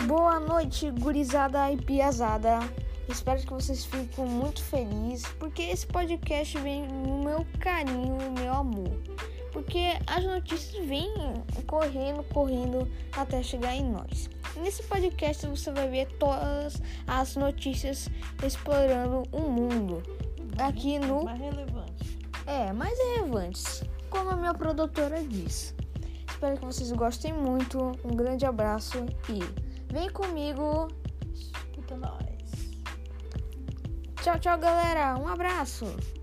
Boa noite, gurizada e piazada. Espero que vocês fiquem muito felizes, porque esse podcast vem no meu carinho, no meu amor. Porque as notícias vêm correndo até chegar em nós. Nesse podcast você vai ver todas as notícias explorando o mundo. Aqui no... Mais relevante. mais relevantes, como a minha produtora diz. Espero que vocês gostem muito. Um grande abraço e vem comigo. Escuta nós. Tchau, galera. Um abraço.